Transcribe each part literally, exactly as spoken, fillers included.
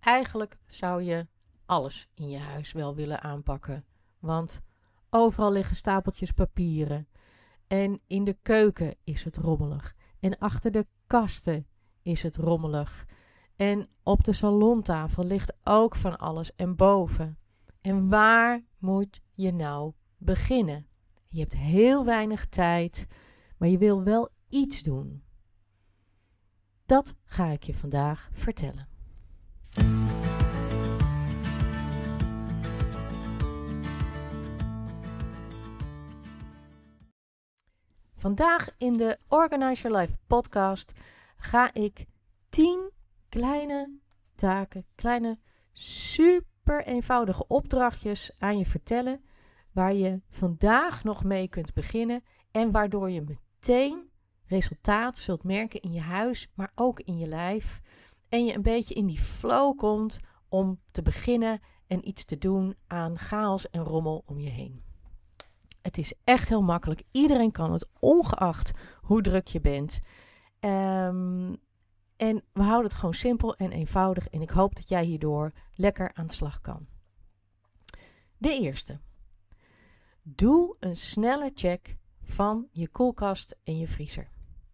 eigenlijk zou je alles in je huis wel willen aanpakken. Want overal liggen stapeltjes papieren. En in de keuken is het rommelig. En achter de kasten is het rommelig. En op de salontafel ligt ook van alles en boven. En waar moet je nou beginnen? Je hebt heel weinig tijd, maar je wil wel iets doen. Dat ga ik je vandaag vertellen. Vandaag in de Organize Your Life podcast ga ik tien kleine taken, kleine super eenvoudige opdrachtjes aan je vertellen, waar je vandaag nog mee kunt beginnen en waardoor je meteen resultaat zult merken in je huis, maar ook in je lijf. En je een beetje in die flow komt om te beginnen en iets te doen aan chaos en rommel om je heen. Het is echt heel makkelijk. Iedereen kan het, ongeacht hoe druk je bent. Um, en we houden het gewoon simpel en eenvoudig. En ik hoop dat jij hierdoor lekker aan de slag kan. De eerste. Doe een snelle check van je koelkast en je vriezer.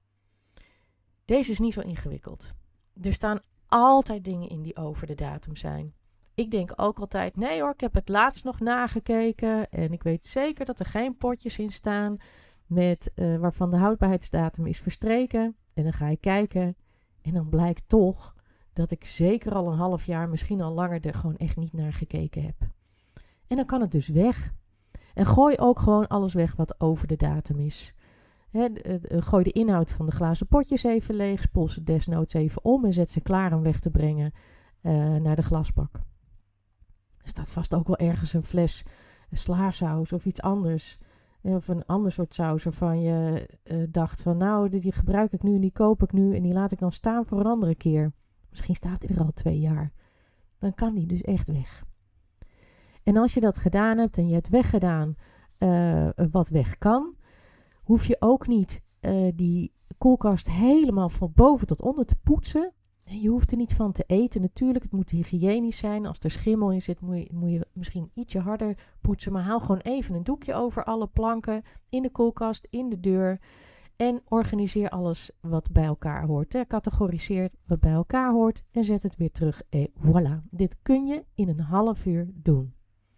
Deze is niet zo ingewikkeld. Er staan altijd dingen in die over de datum zijn. Ik denk ook altijd, nee hoor, ik heb het laatst nog nagekeken en ik weet zeker dat er geen potjes in staan met, uh, waarvan de houdbaarheidsdatum is verstreken. En dan ga ik kijken en dan blijkt toch dat ik zeker al een half jaar, misschien al langer, er gewoon echt niet naar gekeken heb. En dan kan het dus weg. En gooi ook gewoon alles weg wat over de datum is. He, uh, gooi de inhoud van de glazen potjes even leeg, spoel ze desnoods even om en zet ze klaar om weg te brengen uh, naar de glasbak. Er staat vast ook wel ergens een fles slaasaus of iets anders. Of een ander soort saus waarvan je uh, dacht van nou, die gebruik ik nu en die koop ik nu en die laat ik dan staan voor een andere keer. Misschien staat die er al twee jaar. Dan kan die dus echt weg. En als je dat gedaan hebt en je hebt weggedaan uh, wat weg kan, hoef je ook niet uh, die koelkast helemaal van boven tot onder te poetsen. Je hoeft er niet van te eten natuurlijk. Het moet hygiënisch zijn. Als er schimmel in zit, moet je, moet je misschien ietsje harder poetsen. Maar haal gewoon even een doekje over alle planken. In de koelkast, in de deur. En organiseer alles wat bij elkaar hoort. Hè. Categoriseer wat bij elkaar hoort. En zet het weer terug. En voilà. Dit kun je in een half uur doen.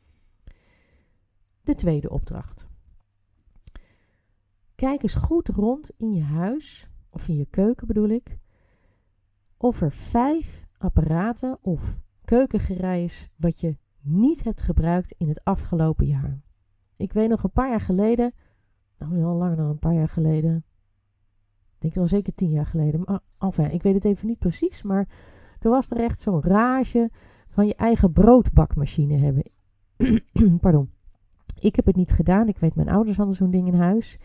De tweede opdracht. Kijk eens goed rond in je huis. Of in je keuken bedoel ik. Of er vijf apparaten of keukengerei is wat je niet hebt gebruikt in het afgelopen jaar. Ik weet nog een paar jaar geleden, nou al langer dan een paar jaar geleden, ik denk wel zeker tien jaar geleden, maar enfin, ik weet het even niet precies, maar toen was er echt zo'n rage van je eigen broodbakmachine hebben. Pardon. Ik heb het niet gedaan, ik weet mijn ouders hadden zo'n ding in huis.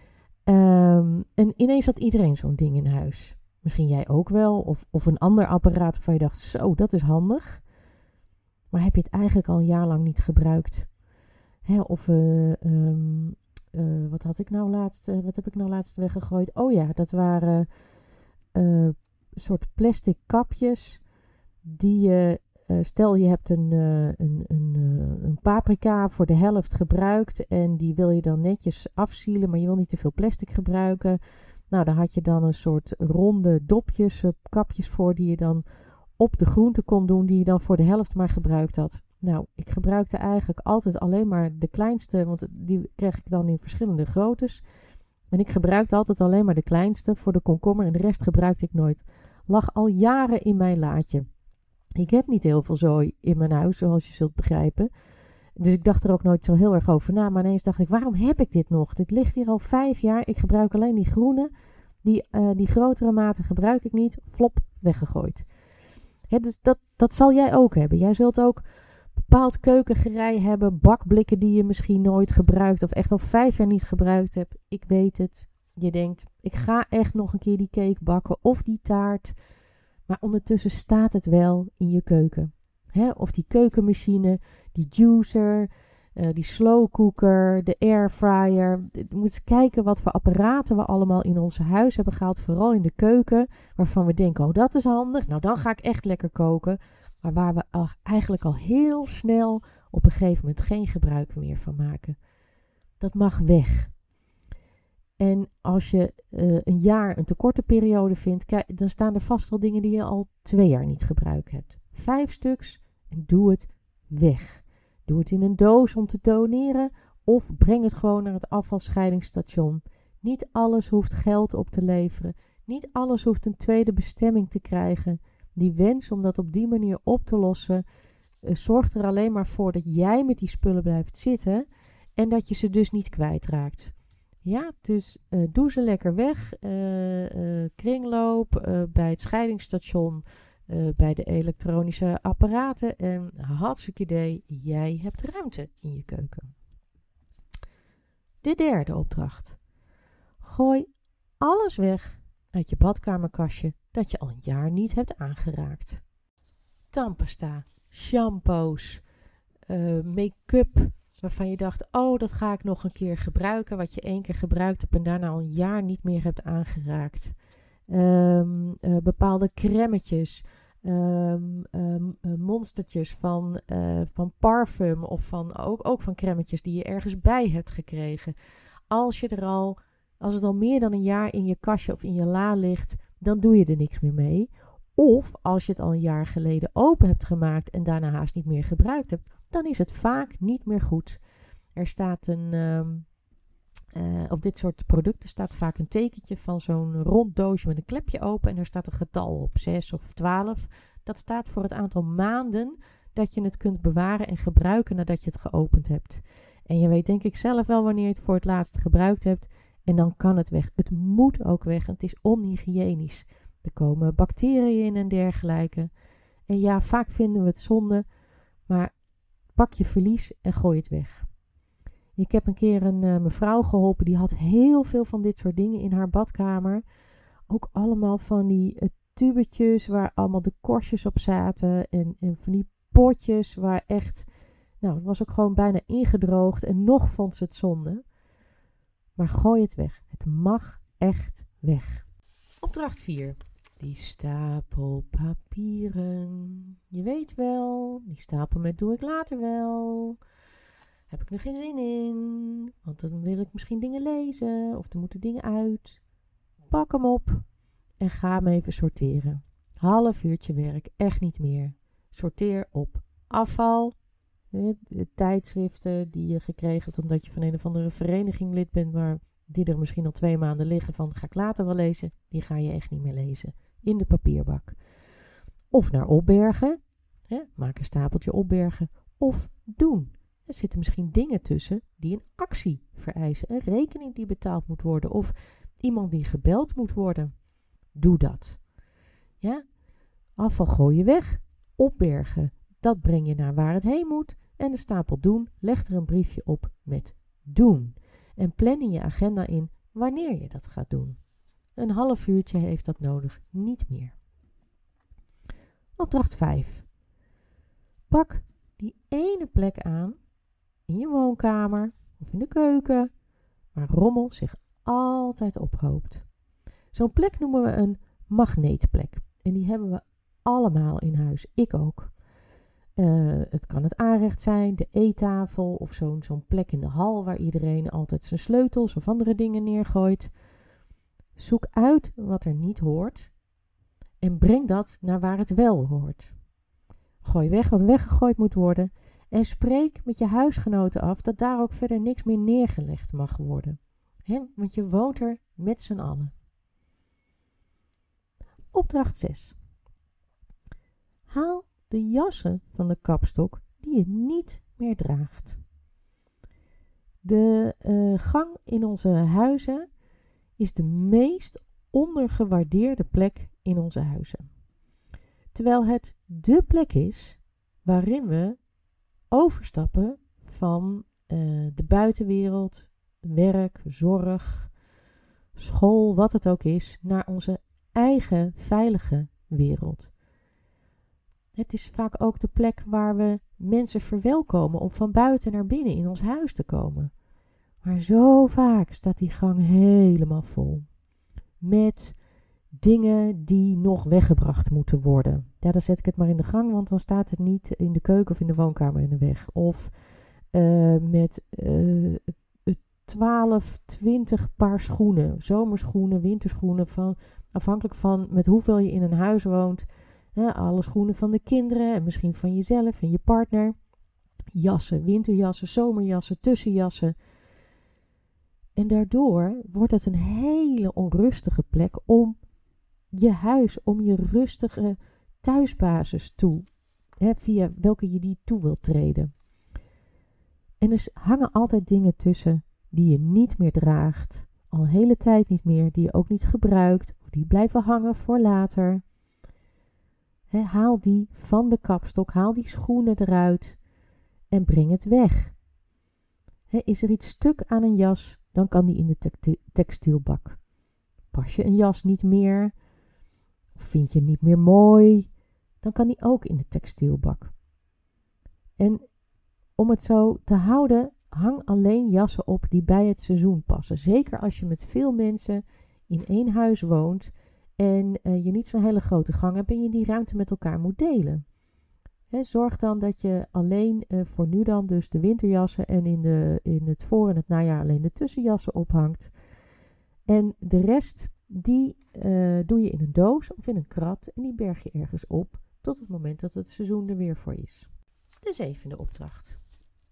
Um, en ineens had iedereen zo'n ding in huis. Misschien jij ook wel. Of, of een ander apparaat waarvan je dacht, zo, dat is handig. Maar heb je het eigenlijk al een jaar lang niet gebruikt? Hè, of, uh, um, uh, wat had ik nou laatst, uh, wat heb ik nou laatst weggegooid? Oh ja, dat waren uh, een soort plastic kapjes. Die je, uh, stel je hebt een, uh, een, een, uh, een paprika voor de helft gebruikt. En die wil je dan netjes afzielen, maar je wil niet te veel plastic gebruiken. Nou, daar had je dan een soort ronde dopjes, uh, kapjes voor die je dan op de groente kon doen, die je dan voor de helft maar gebruikt had. Nou, ik gebruikte eigenlijk altijd alleen maar de kleinste, want die kreeg ik dan in verschillende groottes. En ik gebruikte altijd alleen maar de kleinste voor de komkommer en de rest gebruikte ik nooit. Lag al jaren in mijn laadje. Ik heb niet heel veel zooi in mijn huis, zoals je zult begrijpen. Dus ik dacht er ook nooit zo heel erg over na. Maar ineens dacht ik, waarom heb ik dit nog? Dit ligt hier al vijf jaar. Ik gebruik alleen die groene. Die, uh, die grotere maten gebruik ik niet. Flop, weggegooid. Hè, dus dat, dat zal jij ook hebben. Jij zult ook bepaald keukengerei hebben. Bakblikken die je misschien nooit gebruikt. Of echt al vijf jaar niet gebruikt hebt. Ik weet het. Je denkt, ik ga echt nog een keer die cake bakken. Of die taart. Maar ondertussen staat het wel in je keuken. Hè? Of die keukenmachine, die juicer, uh, die slowcooker, de airfryer. Je moet eens kijken wat voor apparaten we allemaal in ons huis hebben gehaald. Vooral in de keuken, waarvan we denken, oh dat is handig. Nou dan ga ik echt lekker koken. maar waar we al, eigenlijk al heel snel op een gegeven moment geen gebruik meer van maken. Dat mag weg. En als je uh, een jaar een te korte periode vindt, kijk, dan staan er vast wel dingen die je al twee jaar niet gebruikt hebt. Vijf stuks en doe het weg. Doe het in een doos om te doneren of breng het gewoon naar het afvalscheidingsstation. Niet alles hoeft geld op te leveren. Niet alles hoeft een tweede bestemming te krijgen. Die wens om dat op die manier op te lossen uh, zorgt er alleen maar voor dat jij met die spullen blijft zitten en dat je ze dus niet kwijtraakt. Ja, dus uh, doe ze lekker weg. Uh, uh, kringloop uh, bij het scheidingsstation, uh, bij de elektronische apparaten. En hartstikke idee, jij hebt ruimte in je keuken. De derde opdracht. Gooi alles weg uit je badkamerkastje dat je al een jaar niet hebt aangeraakt. Tandpasta, shampoos, uh, make-up waarvan je dacht, oh, dat ga ik nog een keer gebruiken. Wat je één keer gebruikt hebt en daarna al een jaar niet meer hebt aangeraakt. Um, uh, bepaalde crèmetjes, um, um, uh, monstertjes van, uh, van parfum of van, ook, ook van crèmetjes die je ergens bij hebt gekregen. Als je er al, als het al meer dan een jaar in je kastje of in je la ligt, dan doe je er niks meer mee. Of als je het al een jaar geleden open hebt gemaakt en daarna haast niet meer gebruikt hebt, dan is het vaak niet meer goed. Er staat een, um, uh, op dit soort producten staat vaak een tekentje van zo'n rond doosje met een klepje open en er staat een getal op, zes of twaalf. Dat staat voor het aantal maanden dat je het kunt bewaren en gebruiken nadat je het geopend hebt. En je weet denk ik zelf wel wanneer je het voor het laatst gebruikt hebt en dan kan het weg. Het moet ook weg en het is onhygiënisch. Er komen bacteriën in en dergelijke. En ja, vaak vinden we het zonde, maar pak je verlies en gooi het weg. Ik heb een keer een uh, mevrouw geholpen, die had heel veel van dit soort dingen in haar badkamer. Ook allemaal van die uh, tubetjes waar allemaal de korstjes op zaten. En, en van die potjes waar echt, nou het was ook gewoon bijna ingedroogd. En nog vond ze het zonde. Maar gooi het weg. Het mag echt weg. Opdracht vier. Die stapel papieren. Je weet wel, die stapel met doe ik later wel. Heb ik er geen zin in, want dan wil ik misschien dingen lezen of er moeten dingen uit. Pak hem op en ga hem even sorteren. Half uurtje werk, echt niet meer. Sorteer op afval, de tijdschriften die je gekregen hebt omdat je van een of andere vereniging lid bent, maar die er misschien al twee maanden liggen van ga ik later wel lezen, die ga je echt niet meer lezen. In de papierbak. Of naar opbergen. Hè, maak een stapeltje opbergen. Of doen. Er zitten misschien dingen tussen die een actie vereisen. Een rekening die betaald moet worden. Of iemand die gebeld moet worden. Doe dat. Ja? Afval gooi je weg. Opbergen. Dat breng je naar waar het heen moet. En de stapel doen. Leg er een briefje op met doen. En plan in je agenda in wanneer je dat gaat doen. Een half uurtje heeft dat nodig, niet meer. Opdracht vijf. Pak die ene plek aan in je woonkamer of in de keuken waar rommel zich altijd ophoopt. Zo'n plek noemen we een magneetplek. En die hebben we allemaal in huis. Ik ook. Uh, het kan het aanrecht zijn, de eettafel of zo'n, zo'n plek in de hal waar iedereen altijd zijn sleutels of andere dingen neergooit. Zoek uit wat er niet hoort en breng dat naar waar het wel hoort. Gooi weg wat weggegooid moet worden en spreek met je huisgenoten af dat daar ook verder niks meer neergelegd mag worden. He, want je woont er met z'n allen. Opdracht zes. Haal de jassen van de kapstok die je niet meer draagt. De uh, gang in onze huizen is de meest ondergewaardeerde plek in onze huizen. Terwijl het dé plek is waarin we overstappen van uh, de buitenwereld, werk, zorg, school, wat het ook is, naar onze eigen veilige wereld. Het is vaak ook de plek waar we mensen verwelkomen om van buiten naar binnen in ons huis te komen. Maar zo vaak staat die gang helemaal vol. Met dingen die nog weggebracht moeten worden. Ja, dan zet ik het maar in de gang, want dan staat het niet in de keuken of in de woonkamer in de weg. Of uh, met uh, twaalf, twintig paar schoenen. Zomerschoenen, winterschoenen. Van, afhankelijk van met hoeveel je in een huis woont. Hè, alle schoenen van de kinderen en misschien van jezelf en je partner. Jassen, winterjassen, zomerjassen, tussenjassen. En daardoor wordt het een hele onrustige plek om je huis, om je rustige thuisbasis toe. Hè, via welke je die toe wilt treden. En er hangen altijd dingen tussen die je niet meer draagt. Al een hele tijd niet meer. Die je ook niet gebruikt. Of die blijven hangen voor later. He, haal die van de kapstok. Haal die schoenen eruit. En breng het weg. He, is er iets stuk aan een jas, dan kan die in de te- textielbak. Pas je een jas niet meer, of vind je hem niet meer mooi, dan kan die ook in de textielbak. En om het zo te houden, hang alleen jassen op die bij het seizoen passen. Zeker als je met veel mensen in één huis woont en uh, je niet zo'n hele grote gang hebt en je die ruimte met elkaar moet delen. He, zorg dan dat je alleen uh, voor nu dan dus de winterjassen en in, de, in het voor- en het najaar alleen de tussenjassen ophangt. En de rest, die uh, doe je in een doos of in een krat en die berg je ergens op tot het moment dat het seizoen er weer voor is. De zevende opdracht.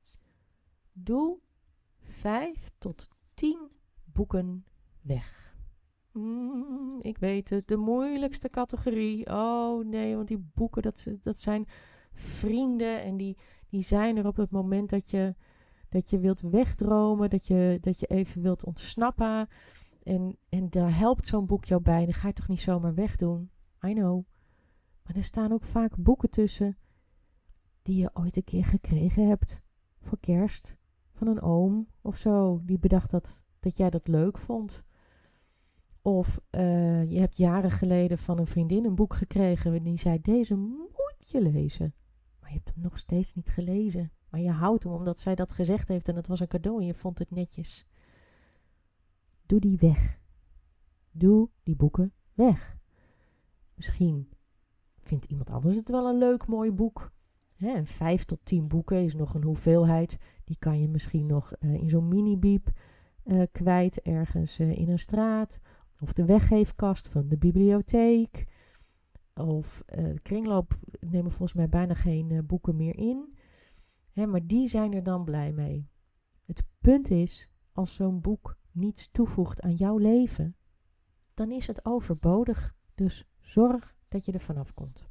Doe vijf tot tien boeken weg. Mm, ik weet het, de moeilijkste categorie. Oh nee, want die boeken, dat, dat zijn vrienden en die, die zijn er op het moment dat je, dat je wilt wegdromen, dat je, dat je even wilt ontsnappen. En, en daar helpt zo'n boek jou bij. Dan ga je toch niet zomaar wegdoen. I know. Maar er staan ook vaak boeken tussen die je ooit een keer gekregen hebt voor kerst. Van een oom of zo. Die bedacht dat, dat jij dat leuk vond. Of uh, je hebt jaren geleden van een vriendin een boek gekregen. En die zei, deze moet je lezen. Maar je hebt hem nog steeds niet gelezen. Maar je houdt hem omdat zij dat gezegd heeft. En het was een cadeau en je vond het netjes. Doe die weg. Doe die boeken weg. Misschien vindt iemand anders het wel een leuk, mooi boek. Hè, en vijf tot tien boeken is nog een hoeveelheid. Die kan je misschien nog uh, in zo'n mini-bieb uh, kwijt. Ergens uh, in een straat. Of de weggeefkast van de bibliotheek. Of uh, de kringloop nemen volgens mij bijna geen uh, boeken meer in. Hè, maar die zijn er dan blij mee. Het punt is, als zo'n boek niets toevoegt aan jouw leven, dan is het overbodig. Dus zorg dat je er vanaf komt.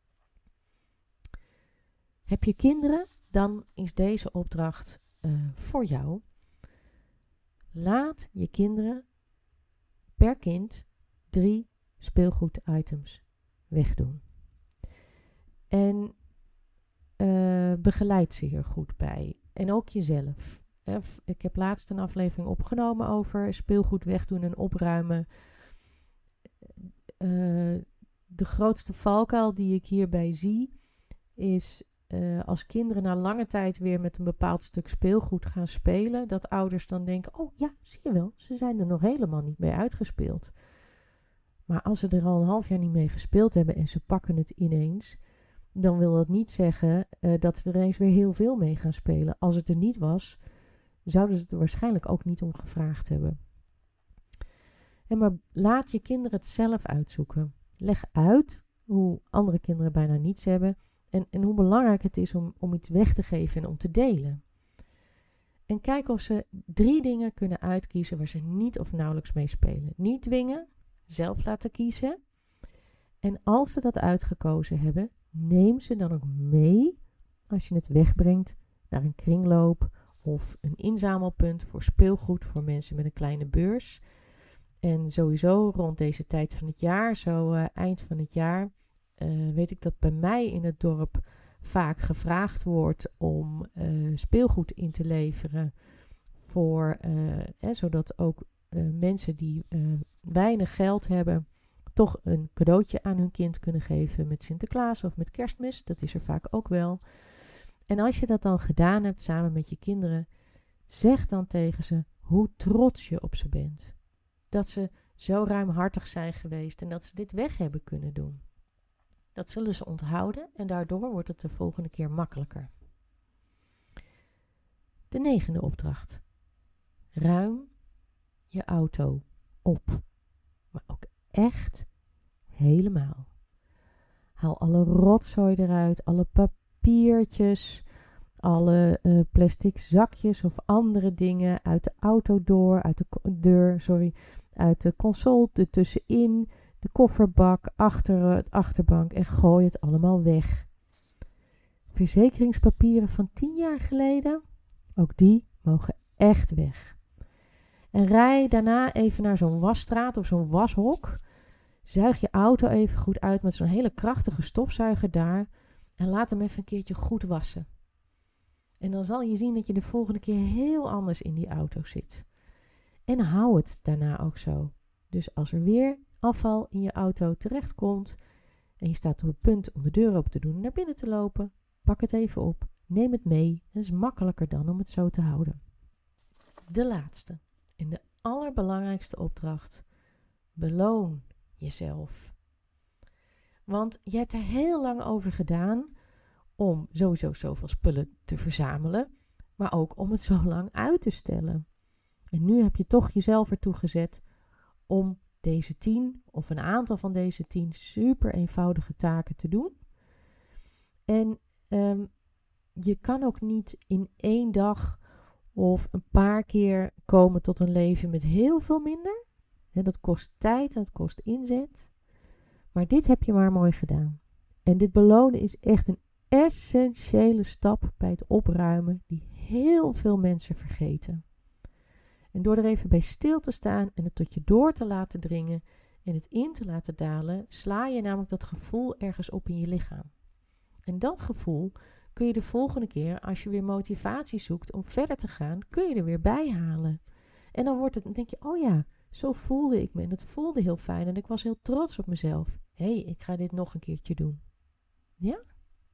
Heb je kinderen? Dan is deze opdracht uh, voor jou. Laat je kinderen per kind drie speelgoeditems wegdoen. En uh, begeleid ze hier goed bij. En ook jezelf. Uh, ik heb laatst een aflevering opgenomen over speelgoed wegdoen en opruimen. Uh, de grootste valkuil die ik hierbij zie is uh, als kinderen na lange tijd weer met een bepaald stuk speelgoed gaan spelen, dat ouders dan denken, oh ja, zie je wel, ze zijn er nog helemaal niet mee uitgespeeld. Maar als ze er al een half jaar niet mee gespeeld hebben en ze pakken het ineens, dan wil dat niet zeggen uh, dat ze er ineens weer heel veel mee gaan spelen. Als het er niet was, zouden ze het er waarschijnlijk ook niet om gevraagd hebben. En maar laat je kinderen het zelf uitzoeken. Leg uit hoe andere kinderen bijna niets hebben en, en hoe belangrijk het is om, om iets weg te geven en om te delen. En kijk of ze drie dingen kunnen uitkiezen waar ze niet of nauwelijks mee spelen. Niet dwingen, zelf laten kiezen. En als ze dat uitgekozen hebben, neem ze dan ook mee als je het wegbrengt naar een kringloop of een inzamelpunt voor speelgoed voor mensen met een kleine beurs. En sowieso rond deze tijd van het jaar, zo uh, eind van het jaar, uh, weet ik dat bij mij in het dorp vaak gevraagd wordt om uh, speelgoed in te leveren. Voor, uh, eh, zodat ook uh, mensen die uh, weinig geld hebben, toch een cadeautje aan hun kind kunnen geven met Sinterklaas of met Kerstmis. Dat is er vaak ook wel. En als je dat dan gedaan hebt samen met je kinderen, zeg dan tegen ze hoe trots je op ze bent. Dat ze zo ruimhartig zijn geweest en dat ze dit weg hebben kunnen doen. Dat zullen ze onthouden en daardoor wordt het de volgende keer makkelijker. De negende opdracht. Ruim je auto op. Maar ook echt helemaal. Haal alle rotzooi eruit, alle papiertjes, alle uh, plastic zakjes of andere dingen uit de auto door, uit de deur, sorry, uit de console, ertussenin, de kofferbak, achter het achterbank en gooi het allemaal weg. Verzekeringspapieren van tien jaar geleden, ook die mogen echt weg. En rij daarna even naar zo'n wasstraat of zo'n washok. Zuig je auto even goed uit met zo'n hele krachtige stofzuiger daar. En laat hem even een keertje goed wassen. En dan zal je zien dat je de volgende keer heel anders in die auto zit. En hou het daarna ook zo. Dus als er weer afval in je auto terechtkomt en je staat op het punt om de deur open te doen en naar binnen te lopen, pak het even op, neem het mee. Het is makkelijker dan om het zo te houden. De laatste en de allerbelangrijkste opdracht. Beloon jezelf. Want je hebt er heel lang over gedaan om sowieso zoveel spullen te verzamelen, maar ook om het zo lang uit te stellen. En nu heb je toch jezelf ertoe gezet om deze tien of een aantal van deze tien super eenvoudige taken te doen. En um, je kan ook niet in één dag of een paar keer komen tot een leven met heel veel minder. He, dat kost tijd en dat kost inzet. Maar dit heb je maar mooi gedaan. En dit belonen is echt een essentiële stap bij het opruimen die heel veel mensen vergeten. En door er even bij stil te staan en het tot je door te laten dringen en het in te laten dalen, sla je namelijk dat gevoel ergens op in je lichaam. En dat gevoel kun je de volgende keer, als je weer motivatie zoekt om verder te gaan, kun je er weer bij halen. En dan wordt het, dan denk je, oh ja, zo voelde ik me en dat voelde heel fijn en ik was heel trots op mezelf. Hé, hey, ik ga dit nog een keertje doen. Ja?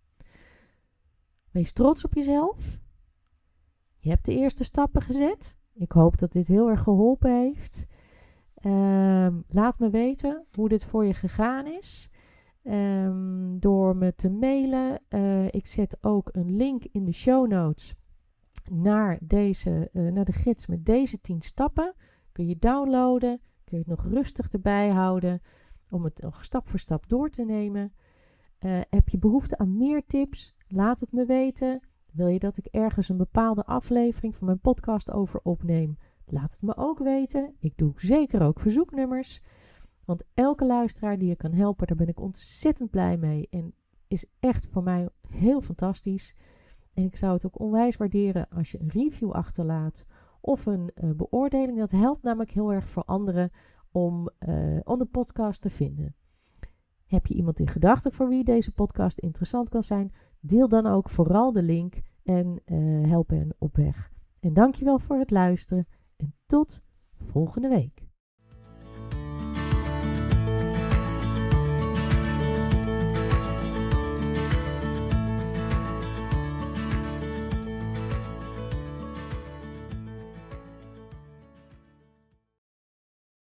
Wees trots op jezelf. Je hebt de eerste stappen gezet. Ik hoop dat dit heel erg geholpen heeft. Um, laat me weten hoe dit voor je gegaan is. Um, door me te mailen. Uh, ik zet ook een link in de show notes naar, deze, uh, naar de gids met deze tien stappen. Kun je downloaden. Kun je het nog rustig erbij houden. Om het nog stap voor stap door te nemen. Uh, heb je behoefte aan meer tips? Laat het me weten. Wil je dat ik ergens een bepaalde aflevering van mijn podcast over opneem? Laat het me ook weten. Ik doe zeker ook verzoeknummers. Want elke luisteraar die je kan helpen, daar ben ik ontzettend blij mee. En is echt voor mij heel fantastisch. En ik zou het ook onwijs waarderen als je een review achterlaat. Of een uh, beoordeling. Dat helpt namelijk heel erg voor anderen om, uh, om de podcast te vinden. Heb je iemand in gedachten voor wie deze podcast interessant kan zijn? Deel dan ook vooral de link en uh, help hen op weg. En dankjewel voor het luisteren en tot volgende week.